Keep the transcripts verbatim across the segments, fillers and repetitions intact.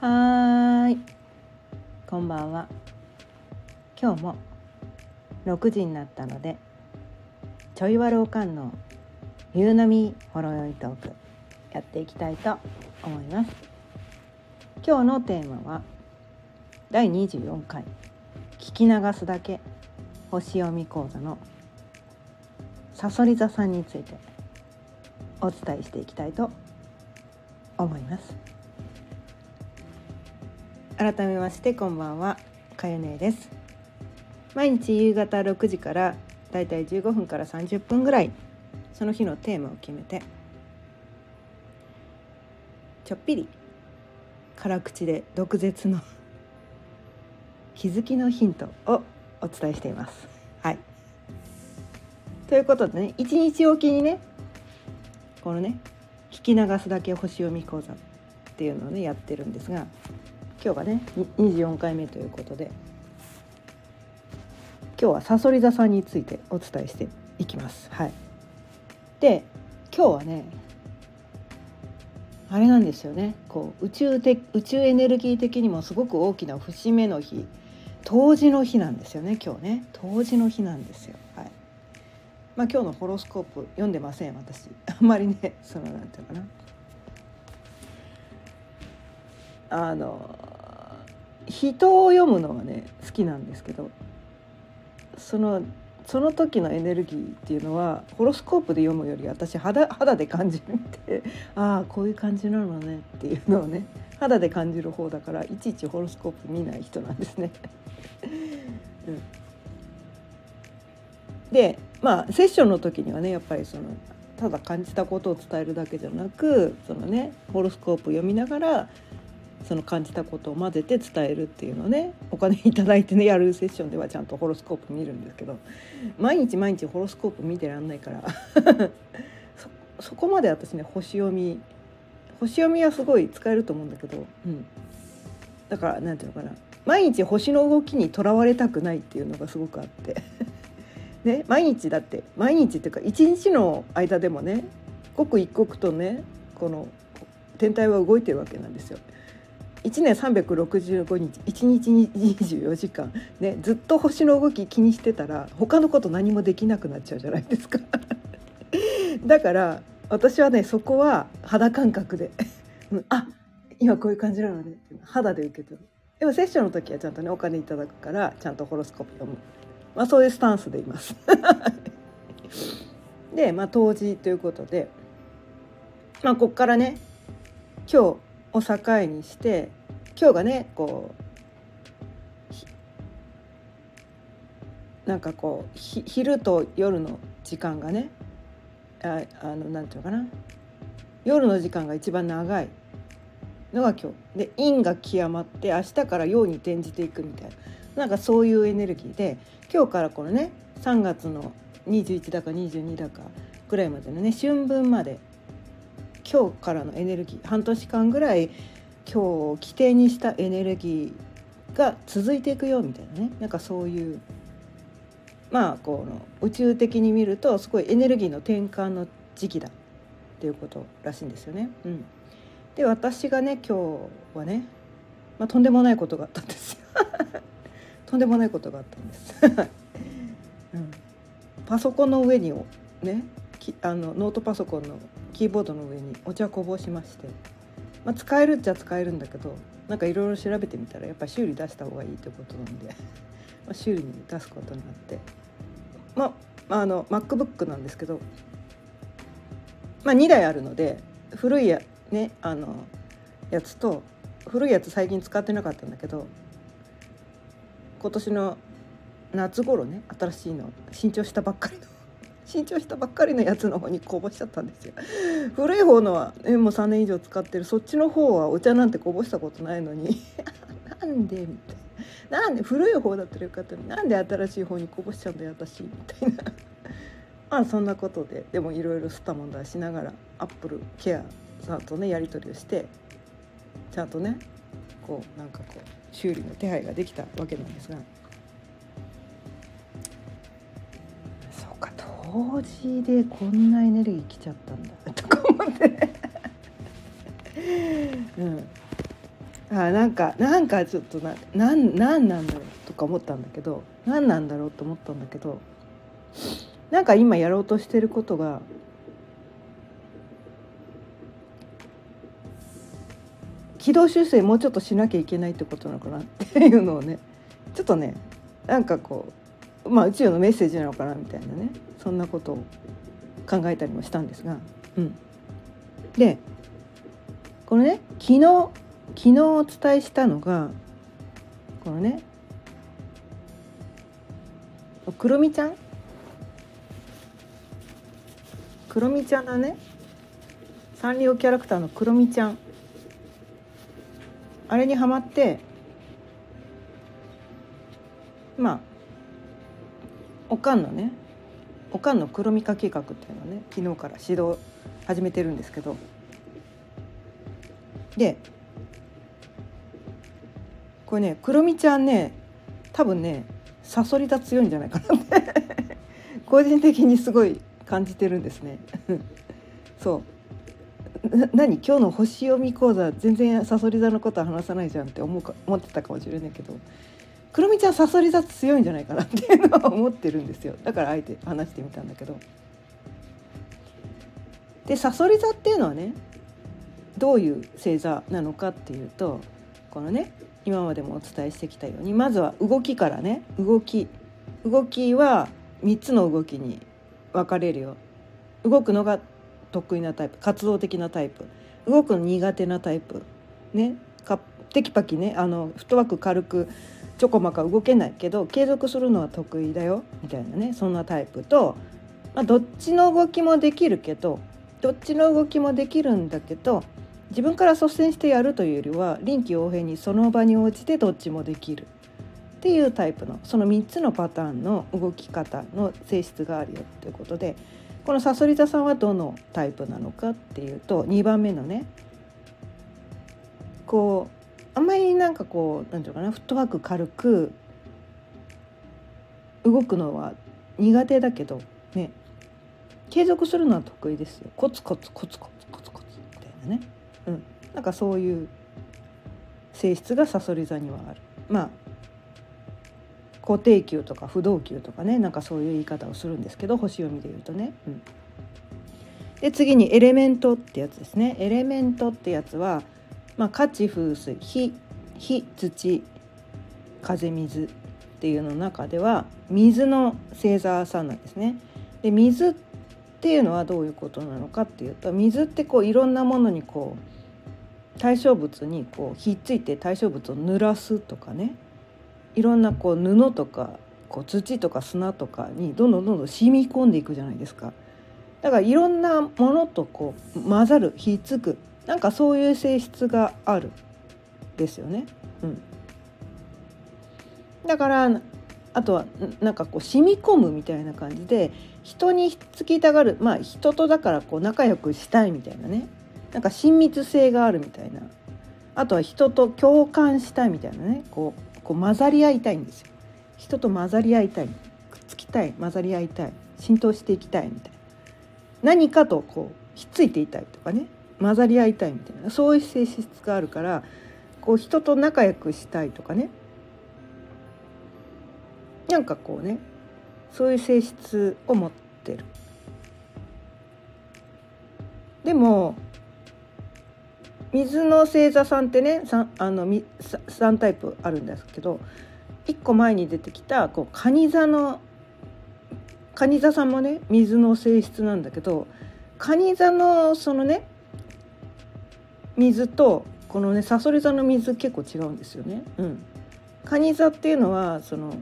はーい、こんばんは。今日もろくじになったので、ちょいわるおかんの夕飲みほろよいトークやっていきたいと思います。今日のテーマはだいにじゅうよんかい聞き流すだけ星読み講座のさそり座さんについてお伝えしていきたいと思います。改めましてこんばんは、かゆねです。毎日夕方ろくじからだいたいじゅうごふんからさんじゅっぷんぐらい、その日のテーマを決めてちょっぴり辛口で毒舌の気づきのヒントをお伝えしています。はい。ということでね、一日おきにね、このね聞き流すだけ星読み講座っていうのをねやってるんですが、今日がねにじゅうよんかいめということで、今日はさそり座さんについてお伝えしていきます。はい。で、今日はねあれなんですよね、こう宇宙的宇宙エネルギー的にもすごく大きな節目の日、冬至の日なんですよね。今日ね冬至の日なんですよ。はい。まあ今日のホロスコープ読んでません、私。あんまりね、そのなんていうかな、あの人を読むのはね好きなんですけど、そのその時のエネルギーっていうのはホロスコープで読むより私 肌, 肌で感じるんで、ああこういう感じなのねっていうのをね肌で感じる方だから、いちいちホロスコープ見ない人なんですね。うん、でまあセッションの時にはねやっぱりそのただ感じたことを伝えるだけじゃなく、そのねホロスコープ読みながらその感じたことを混ぜて伝えるっていうのをね、お金いただいてねやるセッションではちゃんとホロスコープ見るんですけど、毎日毎日ホロスコープ見てらんないからそ, そこまで私ね星読み星読みはすごい使えると思うんだけど、うん、だからなんていうのかな、毎日星の動きにとらわれたくないっていうのがすごくあってね、毎日だって毎日っていうか一日の間でもね刻一刻とねこの天体は動いてるわけなんですよ。いちねんさんびゃくろくじゅうごにち、いちにちにじゅうよじかん、ね、ずっと星の動き気にしてたら他のこと何もできなくなっちゃうじゃないですかだから私はねそこは肌感覚であ、今こういう感じなのねって肌で受け取る。でもセッションの時はちゃんとねお金いただくからちゃんとホロスコープ読む、まあ、そういうスタンスでいますで、まあ、冬至ということで、まあ、こっからね今日を境にして、今日がねこうなんかこう昼と夜の時間がね、ああのなんていうのかな、夜の時間が一番長いのが今日で、陰が極まって明日から陽に転じていくみたいな、なんかそういうエネルギーで、今日からこのねさんがつのにじゅういちだかにじゅうにだかぐらいまでのね春分まで、今日からのエネルギー半年間ぐらい今日を起点にしたエネルギーが続いていくよみたいなね、なんかそういう、まあこの宇宙的に見るとすごいエネルギーの転換の時期だっていうことらしいんですよね。うん、で私がね今日はね、まあ、とんでもないことがあったんですよとんでもないことがあったんです、うん、パソコンの上にねあのノートパソコンのキーボードの上にお茶こぼしまして、まあ、使えるっちゃ使えるんだけど、なんかいろいろ調べてみたらやっぱり修理出した方がいいということなんでまあ修理に出すことになって、まあ、あの MacBook なんですけど、まあ、にだいあるので古いや、ね、あのやつと古いやつ最近使ってなかったんだけど、今年の夏頃ね新しいの新調したばっかりの新調したばっかりのやつの方にこぼしちゃったんですよ。古い方のは、ね、もうさんねん以上使ってる、そっちの方はお茶なんてこぼしたことないのになんでみたいな、なんで古い方だったらよかったのになんで新しい方にこぼしちゃうんだよ私みたいなまあそんなことで、でもいろいろ吸ったもんだしながらアップルケアさんとねやり取りをして、ちゃんとねこうなんかこう修理の手配ができたわけなんですが、そうか冬至でこんなエネルギー来ちゃったんだとか思って、うん、 あなんかなんかちょっとななんなんなんだろうとか思ったんだけど、なんなんだろうと思ったんだけど、なんか今やろうとしてることが軌道修正もうちょっとしなきゃいけないってことなのかなっていうのをね、ちょっとねなんかこうまあ宇宙のメッセージなのかなみたいなね、そんなことを考えたりもしたんですが、うん、でこのね昨日昨日お伝えしたのがこのねクロミちゃんクロミちゃんだね、サンリオキャラクターのクロミちゃん、あれにハマって、まあおかんのねおかんのクロミ化計画っていうのをね昨日から指導始めてるんですけど、でこれねクロミちゃんね多分ねサソリ座強いんじゃないかなって個人的にすごい感じてるんですねそうな何今日の星読み講座全然サソリ座のことは話さないじゃんって思うか思ってたかもしれないけど、クロミちゃんサソリ座強いんじゃないかなっていうのは思ってるんですよ。だからあえて話してみたんだけど、でサソリ座っていうのはねどういう星座なのかっていうと、このね今までもお伝えしてきたようにまずは動きからね動き動きはみっつの動きに分かれるよ。動くのが得意なタイプ、活動的なタイプ、動くの苦手なタイプね、かテキパキねあのフットワーク軽くちょこまか動けないけど継続するのは得意だよみたいなね、そんなタイプと、まあ、どっちの動きもできるけどどっちの動きもできるんだけど自分から率先してやるというよりは臨機応変にその場に応じてどっちもできるっていうタイプのそのみっつのパターンの動き方の性質があるよということで、このさそり座さんはどのタイプなのかっていうとにばんめのねこうあんまりなんかこうなんていうかなフットワーク軽く動くのは苦手だけどね継続するのは得意ですよ。コツコツコツコツコツコツみたいなね、うん、なんかそういう性質がさそり座にはある。まあ固定給とか不動給とかねなんかそういう言い方をするんですけど星読みで言うとね、うん、で次にエレメントってやつですね。エレメントってやつは、まあ、火地風水火火土風水っていうの中では水の星座さんなんですね。で水っていうのはどういうことなのかっていうと、水ってこういろんなものにこう対象物にこうひっついて対象物を濡らすとかね、いろんなこう布とかこう土とか砂とかにどんどんどんどん染み込んでいくじゃないですか。だからいろんなものとこう混ざるひっつくなんかそういう性質があるですよね、うん、だからあとはなんかこう染み込むみたいな感じで人にひっつきたがる、まあ人とだからこう仲良くしたいみたいなね、なんか親密性があるみたいな、あとは人と共感したいみたいなね、こうこう混ざり合いたいんですよ。人と混ざり合いたい、くっつきたい、混ざり合いたい、浸透していきたいみたいな、何かとこうひっついていたいとかね、混ざり合いたいみたいな、そういう性質があるから、こう人と仲良くしたいとかね、なんかこうねそういう性質を持ってる。でも水の星座さんってね 3, あのさんタイプあるんですけど、いっこまえに出てきたこう蟹座の蟹座さんもね水の性質なんだけど、蟹座のそのね水とこのねさそり座の水結構違うんですよね、うん、蟹座っていうのはその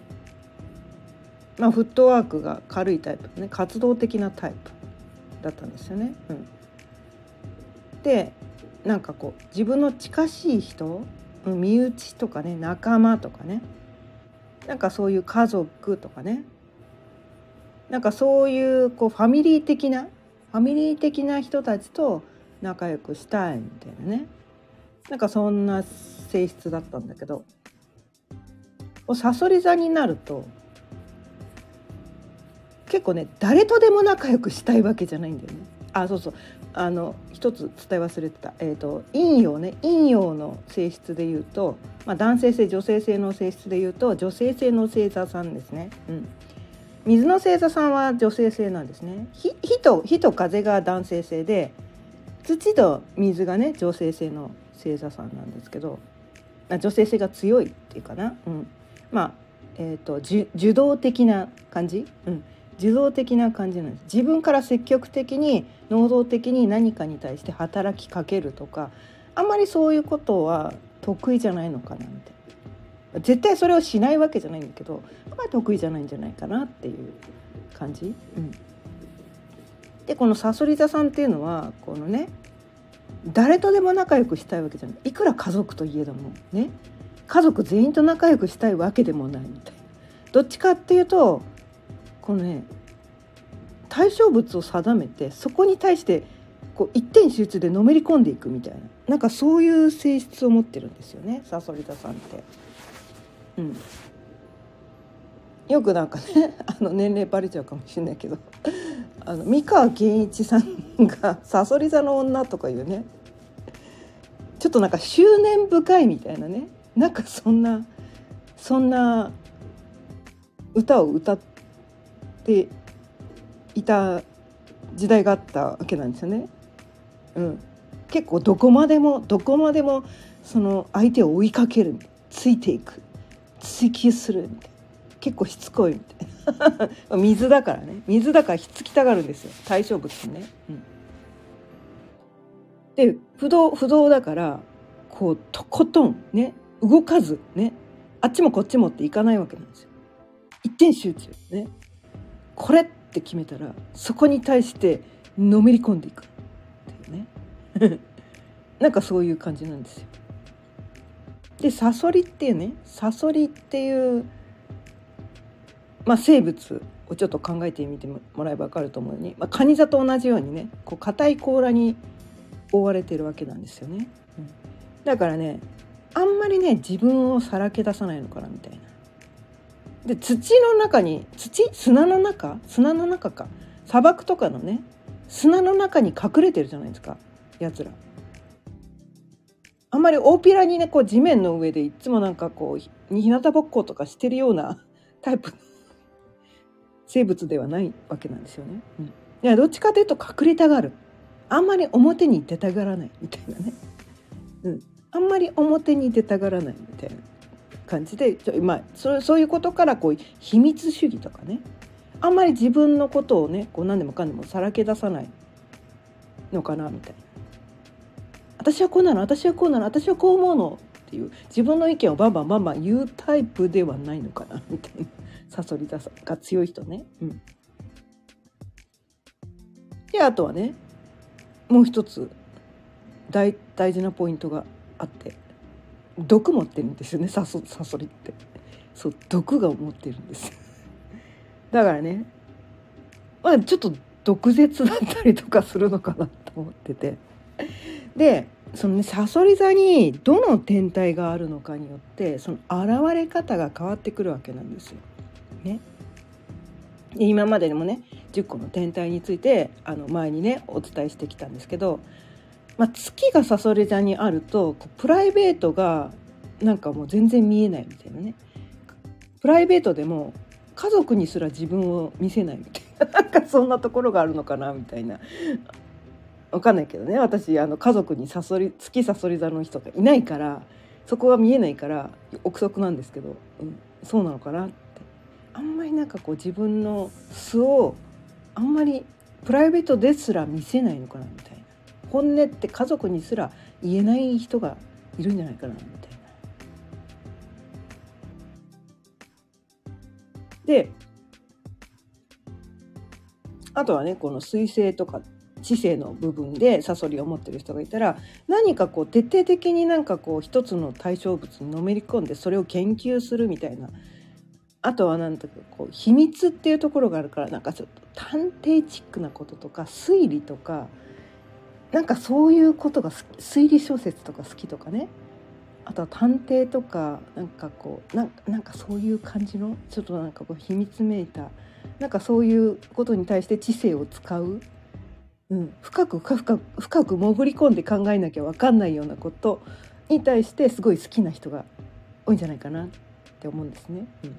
まあフットワークが軽いタイプね、活動的なタイプだったんですよね、うん、でなんかこう自分の近しい人、身内とかね仲間とかね、なんかそういう家族とかね、なんかそういうこうファミリー的なファミリー的な人たちと仲良くしたいみたいなね、なんかそんな性質だったんだけど、さそり座になると結構ね誰とでも仲良くしたいわけじゃないんだよね。 あそうそうあの一つ伝え忘れてた、えーと、陰陽ね陰陽の性質で言うと、まあ、男性性女性性の性質で言うと女性性の星座さんですね、うん、水の星座さんは女性性なんですね。火、火と火と風が男性性で、土と水がね女性性の星座さんなんですけど、女性性が強いっていうかな、うん、まあ、えーと、受動的な感じ、うん、受動的な感じなんです。自分から積極的に能動的に何かに対して働きかけるとか、あんまりそういうことは得意じゃないのかなみたいな。絶対それをしないわけじゃないんだけど、あんまり得意じゃないんじゃないかなっていう感じ、うん、でこのさそり座さんっていうのはこのね誰とでも仲良くしたいわけじゃない。いくら家族といえどもね、家族全員と仲良くしたいわけでもないみたいな。どっちかっていうとこのね対象物を定めてそこに対してこう一点集中でのめり込んでいくみたいな、なんかそういう性質を持ってるんですよね、さそり座さんって。うん、よくなんかねあの年齢バレちゃうかもしれないけどあの三河健一さんがさそり座の女とかいうね、ちょっとなんか執念深いみたいなね、なんかそんなそんな歌を歌っていた時代があったわけなんですよね、うん、結構どこまでもどこまでもその相手を追いかける、ついていく、追求するみたいな、結構しつこいみたいな水だからね、水だからひっつきたがるんですよ、対象物にね、うん、で不動不動だからこうとことんね動かずね、あっちもこっちもっていかないわけなんですよ。一点集中ね、これって決めたらそこに対してのめり込んでいくっていうねなんかそういう感じなんですよ。でサソリっていうね、サソリっていう、まあ、生物をちょっと考えてみてもらえば分かると思うように、まあ、カニ座と同じようにねこう硬い甲羅に覆われてるわけなんですよね、うん、だからねあんまりね自分をさらけ出さないのかなみたいな。で土の中に土砂の中砂の中か砂漠とかのね砂の中に隠れてるじゃないですかやつら。あんまり大っぴらにねこう地面の上でいつもなんかこうひ日向ぼっことかしてるようなタイプの生物ではないわけなんですよね、うん、いやどっちかというと隠れたがる、あんまり表に出たがらないみたいなね、うん、あんまり表に出たがらないみたいな感じで、まあ、そ, そういうことからこう秘密主義とかね、あんまり自分のことをねこう何でもかんでもさらけ出さないのかなみたいな。私はこうなの私はこうなの私はこう思うのっていう自分の意見をバンバンバンバン言うタイプではないのかなみたいな、さそり座が強い人ね、うん、であとはねもう一つ 大, 大事なポイントがあって、毒持ってるんですよね、サソ、サソリって。そう毒が持ってるんですだからね、まあ、ちょっと毒舌だったりとかするのかなと思ってて、でそのねサソリ座にどの天体があるのかによってその現れ方が変わってくるわけなんですよ、ね、で今まででもねじゅっこの天体についてあの前にねお伝えしてきたんですけど、まあ、月がサソリ座にあるとプライベートがなんかもう全然見えないみたいなね、プライベートでも家族にすら自分を見せないみたいななんかそんなところがあるのかなみたいな、わかんないけどね、私あの家族にサソリ月サソリ座の人がいないからそこが見えないから憶測なんですけど、うん、そうなのかなって。あんまりなんかこう自分の素をあんまりプライベートですら見せないのかなみたいな、本音って家族にすら言えない人がいるんじゃないかなみたいな。であとはねこの水星とか知性の部分でサソリを持ってる人がいたら、何かこう徹底的になんかこう一つの対象物にのめり込んでそれを研究するみたいな、あとはなんとかこう秘密っていうところがあるから、なんかちょっと探偵チックなこととか推理とかなんかそういうことが好き、推理小説とか好きとかね、あとは探偵とかなんかこう な, なんかそういう感じのちょっとなんかこう秘密めいたなんかそういうことに対して知性を使ううん、深く深く深く潜り込んで考えなきゃ分かんないようなことに対してすごい好きな人が多いんじゃないかなって思うんですね。うん、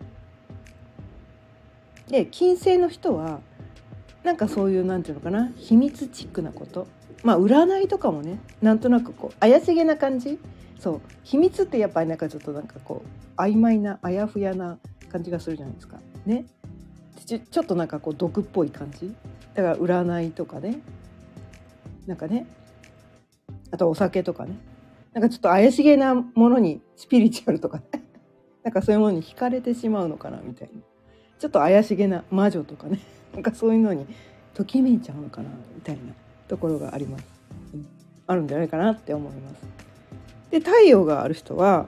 で金星の人はなんかそういうなんていうのかな、秘密チックなこと、まあ占いとかもね、なんとなくこう怪しげな感じ。そう秘密ってやっぱりなんかちょっとなんかこう曖昧なあやふやな感じがするじゃないですかね。ちょ、ちょっとなんかこう毒っぽい感じだから占いとかね、なんかね、あとお酒とかね、なんかちょっと怪しげなものにスピリチュアルとかねなんかそういうものに惹かれてしまうのかなみたいな、ちょっと怪しげな魔女とかねなんかそういうのにときめいちゃうのかなみたいなところがあります、うん、あるんじゃないかなって思います。で太陽がある人は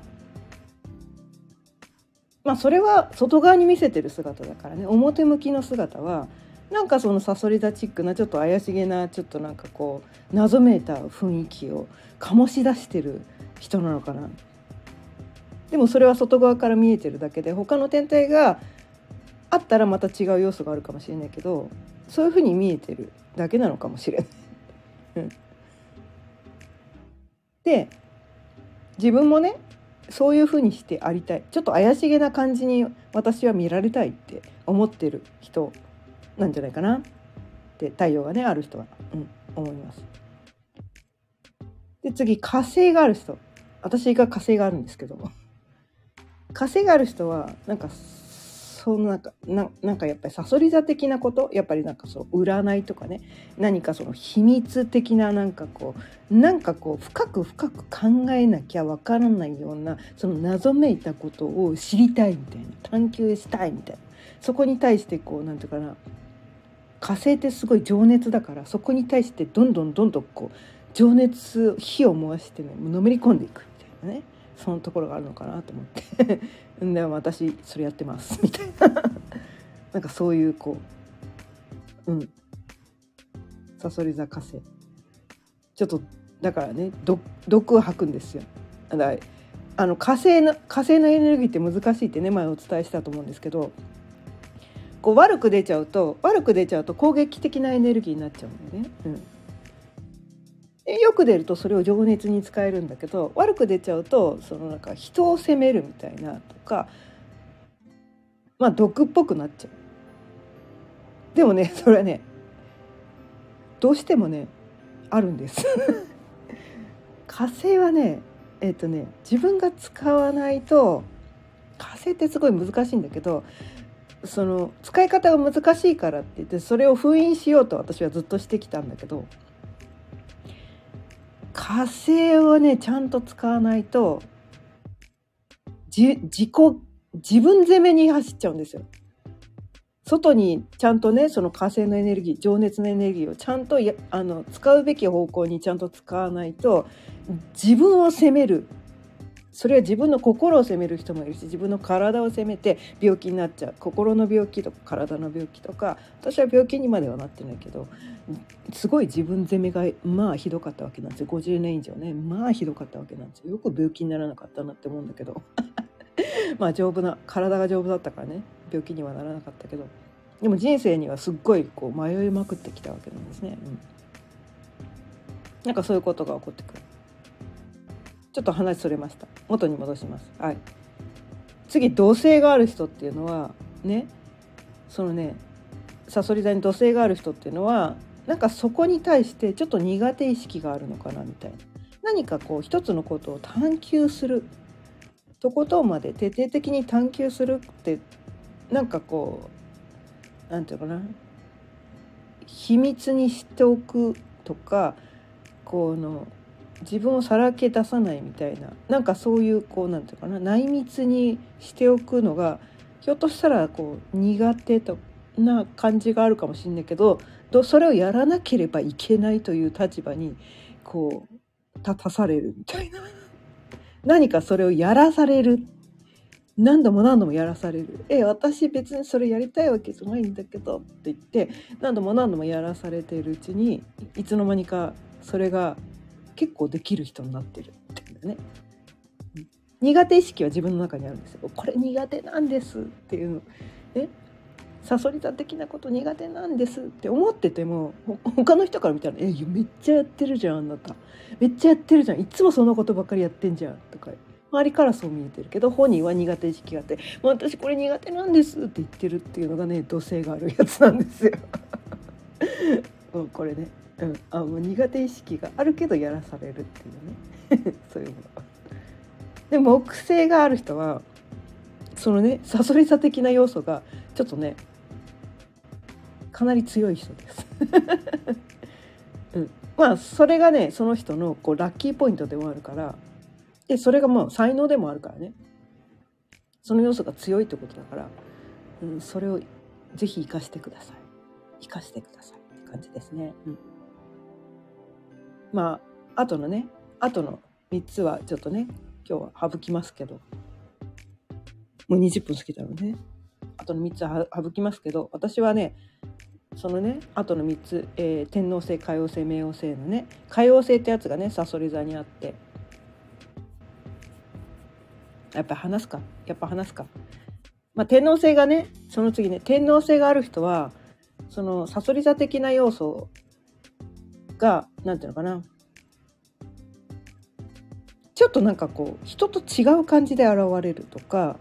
まあそれは外側に見せてる姿だからね、表向きの姿はなんかそのサソリ座チックなちょっと怪しげなちょっとなんかこう謎めいた雰囲気を醸し出してる人なのかな。でもそれは外側から見えてるだけで、他の天体があったらまた違う要素があるかもしれないけど、そういうふうに見えてるだけなのかもしれない、うん、で自分もねそういうふうにしてありたい、ちょっと怪しげな感じに私は見られたいって思ってる人なんじゃないかなって太陽がねある人は、うん、思います。で次火星がある人、私が火星があるんですけども、火星がある人はなんかそのなんかななんかやっぱりサソリ座的なこと、やっぱりなんかそう占いとかね、何かその秘密的ななんかこうなんかこう深く深く考えなきゃわからないようなその謎めいたことを知りたいみたいな、探求したいみたいな、そこに対してこうなんていうかな、火星ってすごい情熱だから、そこに対してどんどんどんどんこう情熱火を燃やしてねのめり込んでいくみたいなね、そのところがあるのかなと思ってでも私それやってますみたいななんかそういうこううんさそり座火星ちょっとだからね毒を吐くんですよ。だからあの火星の火星のエネルギーって難しいってね前お伝えしたと思うんですけど、こう悪く出ちゃうと悪く出ちゃうと攻撃的なエネルギーになっちゃうんだよね。うんよく出るとそれを情熱に使えるんだけど、悪く出ちゃうとそのなんか人を責めるみたいなとか、まあ毒っぽくなっちゃう。でもねそれはねどうしてもねあるんです火星はねえっとね自分が使わないと、火星ってすごい難しいんだけど、その使い方が難しいからって言ってそれを封印しようと私はずっとしてきたんだけど、火星をねちゃんと使わないとじ自己自分責めに走っちゃうんですよ。外にちゃんとねその火星のエネルギー情熱のエネルギーをちゃんとやあの使うべき方向にちゃんと使わないと、自分を責める、それは自分の心を責める人もいるし、自分の体を責めて病気になっちゃう、心の病気とか体の病気とか、私は病気にまではなってないけどすごい自分責めがまあひどかったわけなんですよ。ごじゅうねん以上ねまあひどかったわけなんですよ。よく病気にならなかったなって思うんだけどまあ丈夫な体が丈夫だったからね病気にはならなかったけど、でも人生にはすっごいこう迷いまくってきたわけなんですね、うん、なんかそういうことが起こってくる。ちょっと話それました。元に戻します。はい。次土星がある人っていうのはね、そのねさそり座に土星がある人っていうのはなんかそこに対してちょっと苦手意識があるのかなみたいな、何かこう一つのことを探求するとことまで徹底的に探求するってなんかこうなんていうかな、秘密にしておくとか、この自分をさらけ出さないみたいな、なんかそういうこうなんていうかな内密にしておくのがひょっとしたらこう苦手とな感じがあるかもしれないけど、それをやらなければいけないという立場にこう立たされるみたいな何かそれをやらされる、何度も何度もやらされる、え私別にそれやりたいわけじゃないんだけどって言って何度も何度もやらされているうちにいつの間にかそれが結構できる人になってるみたいなね。苦手意識は自分の中にあるんですよ。これ苦手なんですっていうのね。 サソリ座的なこと苦手なんですって思ってても、他の人から見たら「えめっちゃやってるじゃんあなた、めっちゃやってるじゃん、いつもそのことばっかりやってんじゃん」とか、周りからそう見えてるけど本人は苦手意識があって「もう私これ苦手なんです」って言ってるっていうのがね、土星があるやつなんですよ。もうこれね、うん、あもう苦手意識があるけどやらされるっていうねそういうもの。で木星がある人はそのねサソリ座的な要素がちょっとねかなり強い人です、うん、まあそれがねその人のこうラッキーポイントでもあるから、でそれがもう才能でもあるからね、その要素が強いってことだから、うん、それをぜひ生かしてください生かしてくださいって感じですね、うん、まああとのねあとのみっつはちょっとね今日は省きますけど、もうにじゅっぷん過ぎたのね、あとのみっつは省きますけど、私はねそのねあとのみっつ、えー、天王星海王星冥王星のね海王星ってやつがねサソリ座にあって、やっぱ話すかやっぱ話すかまあ天王星がねその次ね天王星がある人はそのサソリ座的な要素がなんていうのかな、ちょっとなんかこう人と違う感じで現れるとか、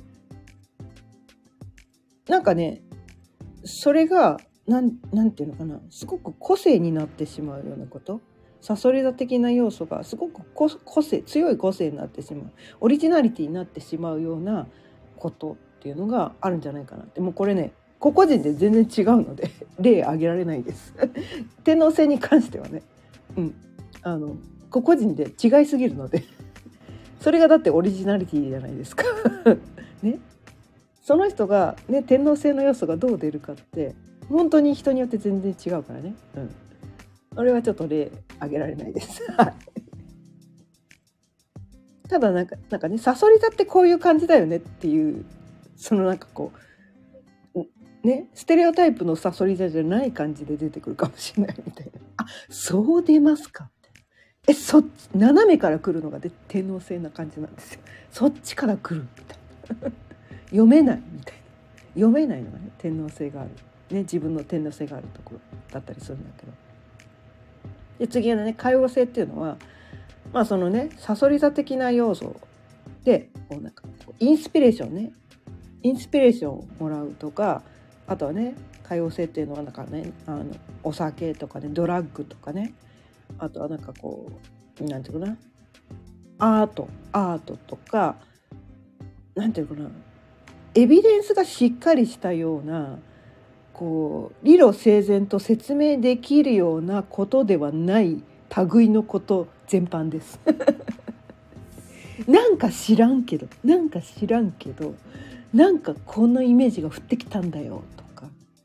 なんかねそれがなん、なんていうのかな、すごく個性になってしまうようなこと、サソリ座的な要素がすごく個性強い個性になってしまう、オリジナリティになってしまうようなことっていうのがあるんじゃないかなって。もうこれね個々人で全然違うので例挙げられないです天王星に関してはね、うん、あの個々人で違いすぎるのでそれがだってオリジナリティじゃないですかね、その人がね天王星の要素がどう出るかって本当に人によって全然違うからね、うん、それはちょっと例挙げられないですただなんかなんかねサソリ座ってこういう感じだよねっていう、そのなんかこうねステレオタイプのサソリ座じゃない感じで出てくるかもしれないみたいな、あそう出ますかって、えそっち斜めから来るのがで天王星な感じなんですよ、そっちから来るみたいな読めないみたいな、読めないのがね天王星がある、ね、自分の天王星があるところだったりするんだけど、で次のね海王星っていうのはまあそのねサソリ座的な要素でこうなんかこうインスピレーションねインスピレーションをもらうとか、あとはね海王星っていうのはなんかねあのお酒とかねドラッグとかね、あとはなんかこうなんていうかなアートアートとかなんていうかなエビデンスがしっかりしたようなこう理路整然と説明できるようなことではない類のこと全般ですなんか知らんけどなんか知らんけどなんかこのイメージが降ってきたんだよとか、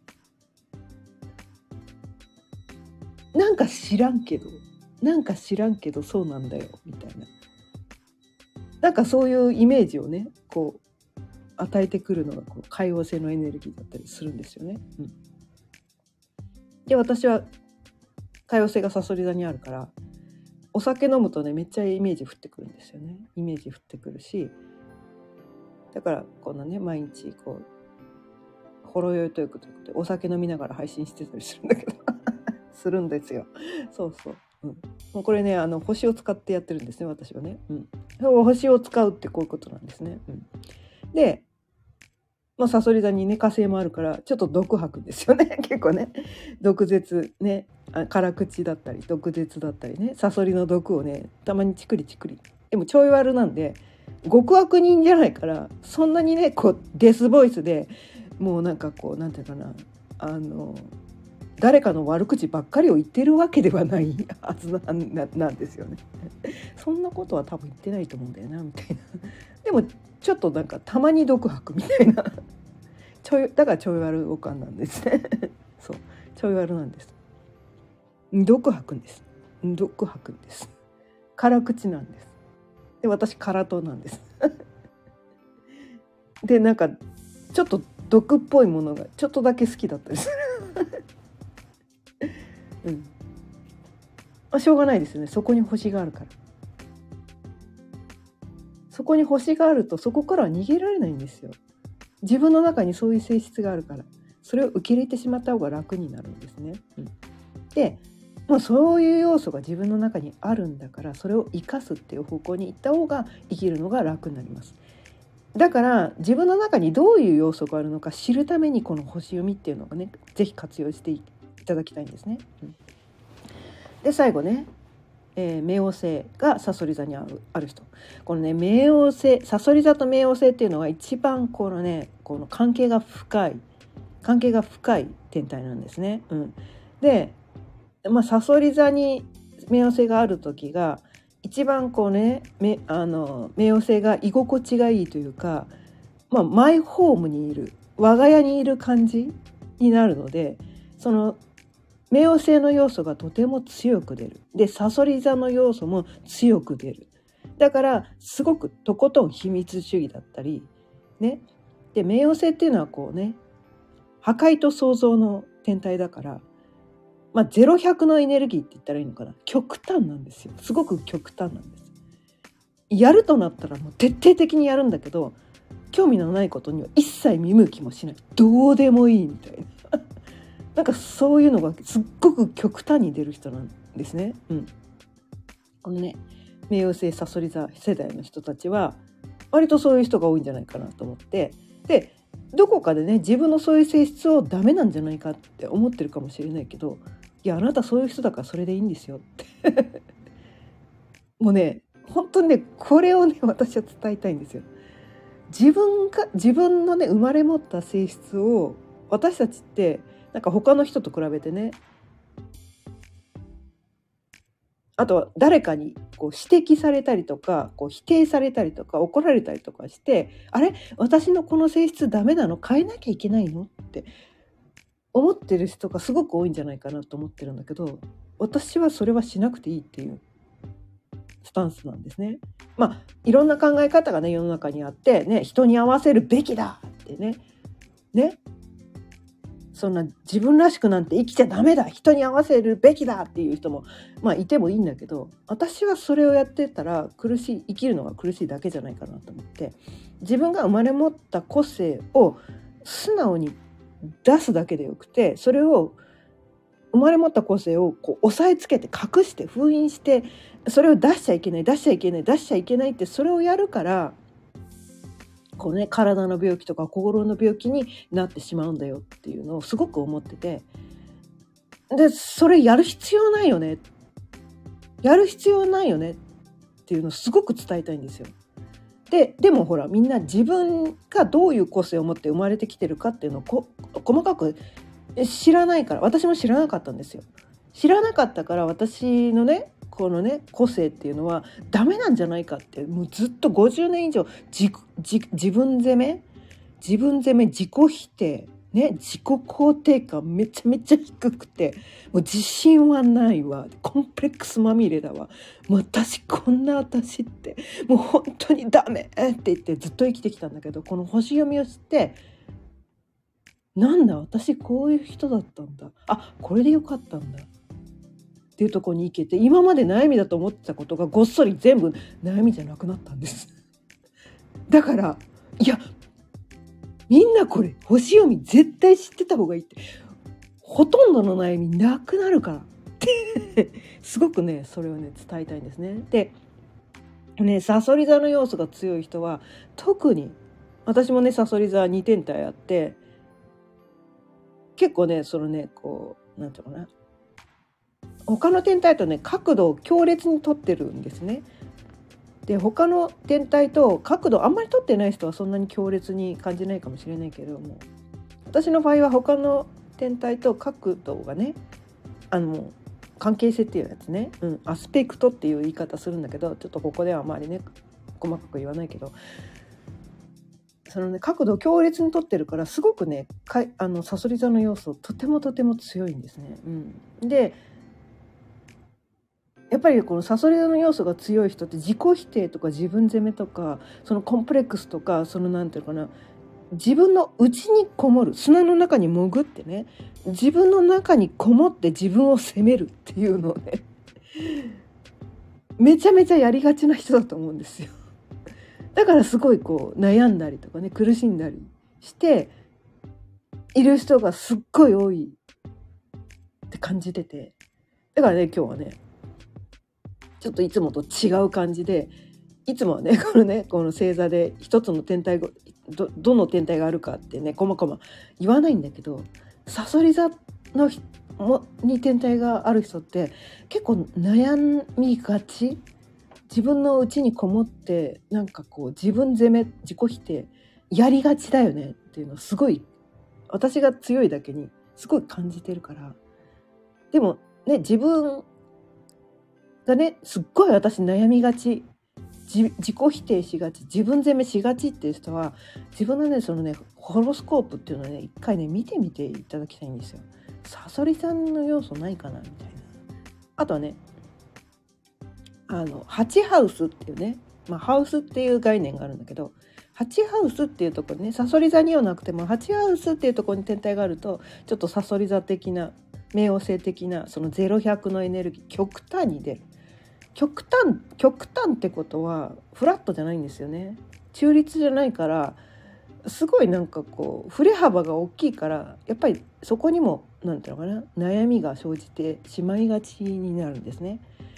なんか知らんけどなんか知らんけどそうなんだよみたいな、なんかそういうイメージをねこう与えてくるのがこの海王星のエネルギーだったりするんですよね、うん、で私は海王星がサソリ座にあるからお酒飲むとねめっちゃイメージ降ってくるんですよね、イメージ降ってくるし、だからこんなね毎日こうほろ酔いということでお酒飲みながら配信してたりするんだけどするんですよ、そうそう、うん、もうこれねあの星を使ってやってるんですね私はね、うん、星を使うってこういうことなんですね、うん、でまあ、サソリ座にね火星もあるからちょっと毒吐くんですよね結構ね毒舌ね辛口だったり毒舌だったりね、サソリの毒をねたまにチクリチクリ、でもちょい悪なんで極悪人じゃないからそんなにねこうデスボイスでもうなんかこうなんていうかなあの誰かの悪口ばっかりを言ってるわけではないはず な, な, なんですよねそんなことは多分言ってないと思うんだよなみたいなでもちょっとなんかたまに毒吐くみたいなちょいだからちょい悪おかんなんですねそうちょい悪なんです、毒吐くんです毒吐くんです辛口なんです、で私辛党なんですでなんかちょっと毒っぽいものがちょっとだけ好きだったりするうん、あしょうがないですね、そこに星があるから、そこに星があるとそこからは逃げられないんですよ、自分の中にそういう性質があるから、 それを受け入れてしまった方が楽になるんですね。うん、でもうそういう要素が自分の中にあるんだから、それを生かすっていう方向に行った方が生きるのが楽になります。だから自分の中にどういう要素があるのか知るために、この星読みっていうのがね、ぜひ活用していただきたいんですね。うん、で最後ね、えー、冥王星がさそり座にある、ある人、このね冥王星、さそり座と冥王星っていうのは一番このねこの関係が深い関係が深い天体なんですね。うん、でまあ、さそり座に冥王星がある時が一番こうね、めあの冥王星が居心地がいいというか、まあ、マイホームにいる、我が家にいる感じになるので、その冥王星の要素がとても強く出る。でさそり座の要素も強く出る。だからすごくとことん秘密主義だったりね。で冥王星っていうのはこうね、破壊と創造の天体だから、まあ、ゼロひゃくのエネルギーって言ったらいいのかな、極端なんですよ。すごく極端なんです。やるとなったらもう徹底的にやるんだけど、興味のないことには一切見向きもしない、どうでもいいみたいななんかそういうのがすっごく極端に出る人なんですね。うん、このね冥王星さそり座世代の人たちは割とそういう人が多いんじゃないかなと思って、でどこかでね自分のそういう性質をダメなんじゃないかって思ってるかもしれないけど、いやあなたそういう人だからそれでいいんですよってもうね本当にねこれをね私は伝えたいんですよ。自分が自分のね生まれ持った性質を、私たちってなんか他の人と比べてね、あとは誰かにこう指摘されたりとか、こう否定されたりとか怒られたりとかして、あれ私のこの性質ダメなの、変えなきゃいけないのって思ってる人がすごく多いんじゃないかなと思ってるんだけど、私はそれはしなくていいっていうスタンスなんですね。まあいろんな考え方がね世の中にあってね、人に合わせるべきだってねねそんな自分らしくなんて生きちゃダメだ、人に合わせるべきだっていう人もまあいてもいいんだけど、私はそれをやってたら苦しい、生きるのが苦しいだけじゃないかなと思って、自分が生まれ持った個性を素直に出すだけでよくて、それを生まれ持った個性をこう押さえつけて隠して封印して、それを出しちゃいけない出しちゃいけない出しちゃいけないって、それをやるからこうね、体の病気とか心の病気になってしまうんだよっていうのをすごく思ってて、でそれやる必要ないよねやる必要ないよねっていうのをすごく伝えたいんですよ。ででもほらみんな自分がどういう個性を持って生まれてきてるかっていうのをこ細かく知らないから、私も知らなかったんですよ。知らなかったから私のねこのね個性っていうのはダメなんじゃないかって、もうずっとごじゅうねん以上自自自分責め自分責め自己否定ね、自己肯定感めちゃめちゃ低くて、もう自信はないわ、コンプレックスまみれだわ、もう私こんな私ってもう本当にダメって言ってずっと生きてきたんだけど、この星読みを知って、なんだ私こういう人だったんだ、あこれでよかったんだっていうところに行けて、今まで悩みだと思ってたことがごっそり全部悩みじゃなくなったんですだからいやみんなこれ星読み絶対知ってた方がいいって、ほとんどの悩みなくなるからってすごくねそれをね伝えたいんですね。でねさそり座の要素が強い人は特に、私もねさそり座に天体あって、結構ねそのねこうなんていうのかな、他の天体とね角度を強烈に取ってるんですね。で他の天体と角度あんまり取ってない人はそんなに強烈に感じないかもしれないけれども、私の場合は他の天体と角度がね、あの関係性っていうやつね、うん、アスペクトっていう言い方するんだけど、ちょっとここではあまりね細かく言わないけど、そのね角度を強烈に取ってるからすごくねかいあのさそり座の要素とてもとても強いんですね。うん、でやっぱりこのさそり座の要素が強い人って自己否定とか自分責めとかそのコンプレックスとか、そのなんていうのかな、自分の内にこもる、砂の中に潜ってね自分の中にこもって自分を責めるっていうのをねめちゃめちゃやりがちな人だと思うんですよ。だからすごいこう悩んだりとかね苦しんだりして、 いる人がすっごい多いって感じてて、だからね今日はねちょっといつもと違う感じで、いつもはねこのねこの星座で一つの天体が ど, どの天体があるかってねこまこま言わないんだけど、さそり座のもに天体がある人って結構悩みがち、自分の内にこもってなんかこう自分責め自己否定やりがちだよねっていうのをすごい私が強いだけにすごい感じてるから。でもね自分がねすっごい私悩みがち、自, 自己否定しがち、自分責めしがちっていう人は自分のねそのねホロスコープっていうのをね一回ね見てみていただきたいんですよ。さそりさんの要素ないかなみたいな。あとはねあのはちハウスっていうね、まあ、ハウスっていう概念があるんだけど、はちハウスっていうところにねさそり座にはなくてもはちハウスっていうところに天体があるとちょっとさそり座的な冥王星的なそのゼロひゃくのエネルギー極端に出る。極端極端ってことはフラットじゃないんですよね。中立じゃないからすごいなんかこう振れ幅が大きいから、やっぱりそこにもなんていうのかな悩みが生じてしまいがちになるんですね。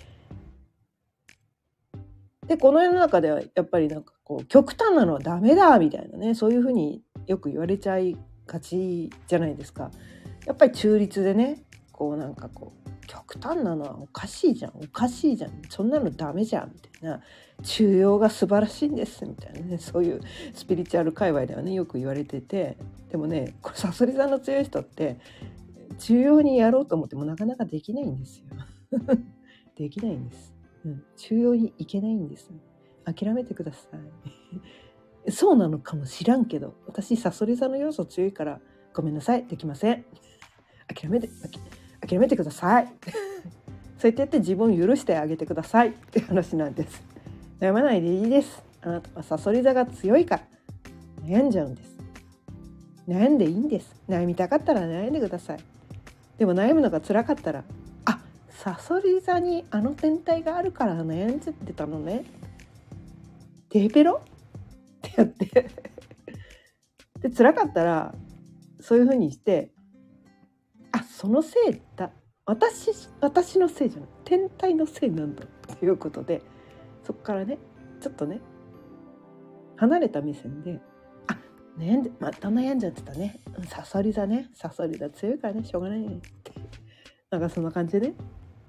でこの世の中ではやっぱりなんかこう極端なのはダメだみたいなね、そういうふうによく言われちゃいがちじゃないですか。やっぱり中立でねこうなんかこう極端なのはおかしいじゃんおかしいじゃんそんなのダメじゃんみたいな、中庸が素晴らしいんですみたいなね、そういうスピリチュアル界隈ではねよく言われてて、でもねこれさそり座の強い人って中庸にやろうと思ってもなかなかできないんですよできないんです、うん、中庸にいけないんです。諦めてくださいそうなのかもしらんけど、私さそり座の要素強いからごめんなさいできません。諦めて諦めてくださいそうやってやって自分を許してあげてくださいって話なんです。悩まないでいいです。あなたはさそり座が強いから悩んじゃうんです。悩んでいいんです。悩みたかったら悩んでください。でも悩むのが辛かったら、あ、さそり座にあの天体があるから悩んじゃってたのね、デペロってやってで辛かったらそういう風にして、あ、そのせいだ、私私のせいじゃない天体のせいなんだということで、そこからねちょっとね離れた目線で、あ、悩んでまた悩んじゃってたね、さそり座ねさそり座強いからねしょうがないねってなんかそんな感じで、ね、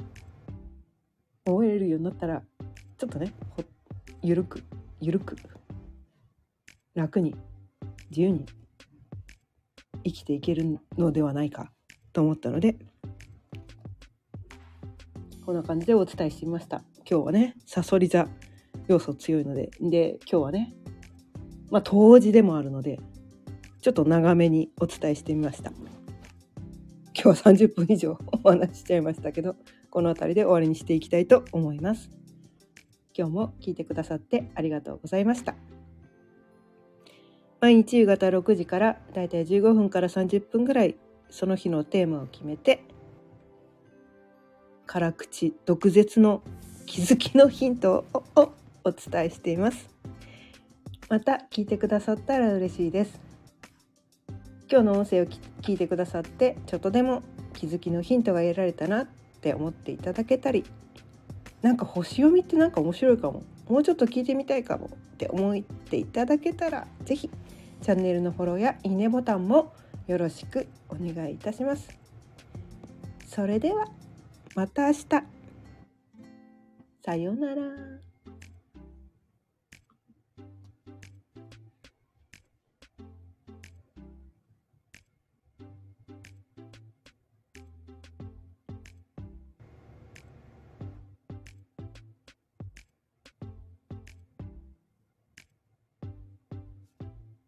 思えるようになったらちょっとねほゆるくゆるく楽に自由に生きていけるのではないかと思ったので、こんな感じでお伝えしてみました。今日はねさそり座要素強いので、で今日はねまあ冬至でもあるのでちょっと長めにお伝えしてみました。今日はさんじゅっぷん以上お話ししちゃいましたけど、この辺りで終わりにしていきたいと思います。今日も聞いてくださってありがとうございました。毎日夕方ろくじからだいたいじゅうごふんからさんじゅっぷんぐらいその日のテーマを決めて辛口毒舌の気づきのヒントをお伝えしています。また聞いてくださったら嬉しいです。今日の音声を聞いてくださってちょっとでも気づきのヒントが得られたなって思っていただけたり、なんか星読みってなんか面白いかも、もうちょっと聞いてみたいかもって思っていただけたら、ぜひチャンネルのフォローやいいねボタンもよろしくお願いいたします。それではまた明日。さようなら。